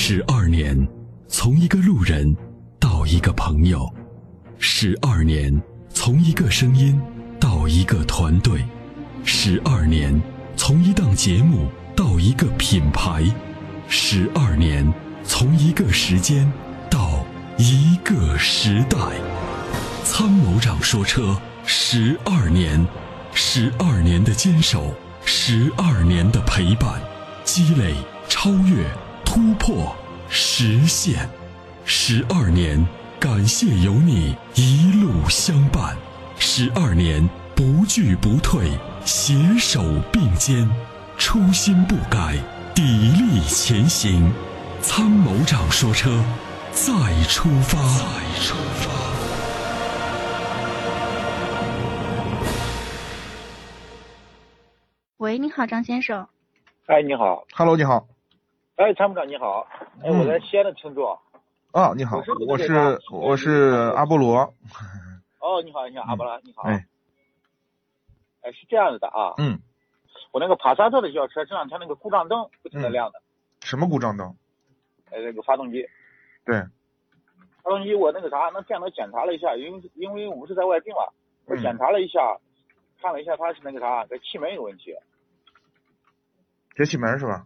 12年，从一个路人到一个朋友；12年，从一个声音到一个团队；12年，从一档节目到一个品牌；12年，从一个时间到一个时代。参谋长说车12年，12年的坚守，12年的陪伴，积累、超越、突破、实现。12年，感谢有你一路相伴。12年，不惧不退，携手并肩，初心不改，砥砺前行。参谋长说车，再出发。 喂，你好，张先生。 哎，你好。 Hello， 你好。 哎，参谋长你好。哎，我在西安的听众。 啊，你好，我是阿波罗。 哦，你好，阿波罗，你好。 哎， 是这样子的啊。我那个帕萨特的轿车这两天那个故障灯不停的亮的。 什么故障灯？ 那个发动机。 对。 发动机我那个电脑检查了一下，因为我们是在外地嘛，我检查了一下，看了一下它是那个这气门有问题。 节气门是吧？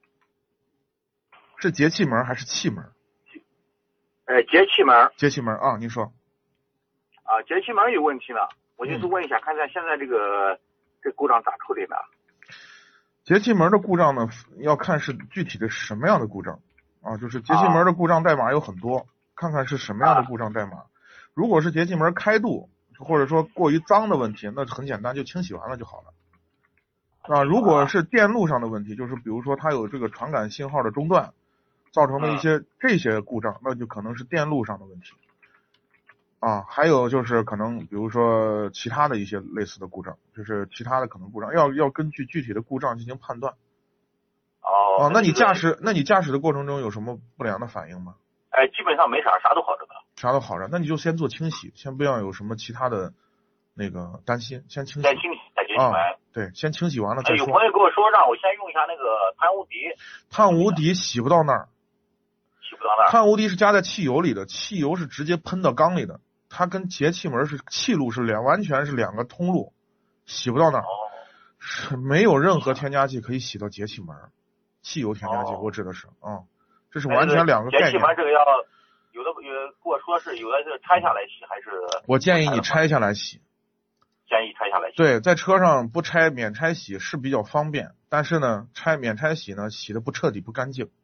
是节气门还是气门？ 节气门。 节气门啊，您说。 节气门有问题呢，我就是问一下，看看现在这故障咋处理呢？ 节气门的故障呢，要看是具体的什么样的故障啊，就是节气门的故障代码有很多，看看是什么样的故障代码。如果是节气门开度或者说过于脏的问题，那很简单，就清洗完了就好了。如果是电路上的问题，就是比如说它有这个传感信号的中断造成的一些这些故障，那就可能是电路上的问题还有就是可能比如说其他的一些类似的故障，就是其他的可能故障要根据具体的故障进行判断。那你驾驶的过程中有什么不良的反应吗？ 基本上没啥都好着呢。 啥都好着，那你就先做清洗，先不要有什么其他的那个担心，先清洗。 再节气门。 对，先清洗完了再说。 有朋友跟我说让我先用一下那个碳无敌。 碳无敌洗不到那儿。碳无敌是加在汽油里的，汽油是直接喷到缸里的，它跟节气门是气路是完全是两个通路，洗不到那儿。是没有任何添加剂可以洗到节气门，汽油添加剂我指的是这是完全两个概念。 节气门这个要有的跟我说是有的是拆下来洗还是？ 我建议你拆下来洗。对，在车上不拆免拆洗是比较方便，但是呢，免拆洗呢洗的不彻底不干净。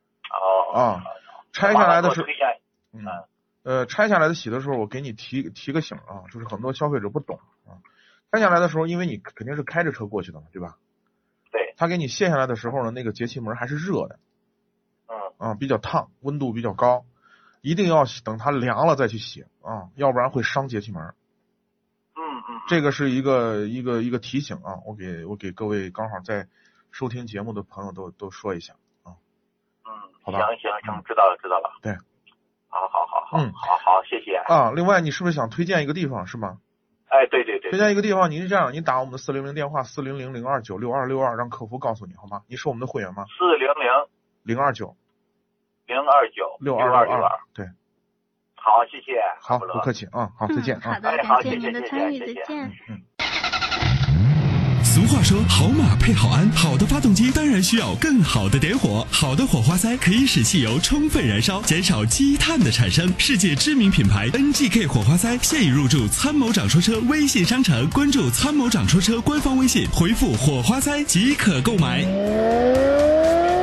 拆下来的时候，拆下来的洗的时候，我给你提个醒就是很多消费者不懂拆下来的时候，因为你肯定是开着车过去的嘛，对吧？ 对。 他给你卸下来的时候呢，那个节气门还是热的，比较烫，温度比较高，一定要等它凉了再去洗要不然会伤节气门。这个是一个提醒我给各位刚好在收听节目的朋友都说一下好吧？ 行，知道了。 对， 好，谢谢另外你是不是想推荐一个地方是吗？ 对， 推荐一个地方，你是这样，你打我们的400电话400-029-6262，让客服告诉你好吗？你是我们的会员吗？400-029-6262，对。 好，谢谢。 好，不客气好，再见好的，感谢您的参与，再见。 俗话说，好马配好鞍，好的发动机当然需要更好的点火。好的火花塞可以使汽油充分燃烧，减少积碳的产生。世界知名品牌 NGK 火花塞现已入驻参谋长说车微信商城，关注参谋长说车官方微信，回复火花塞即可购买。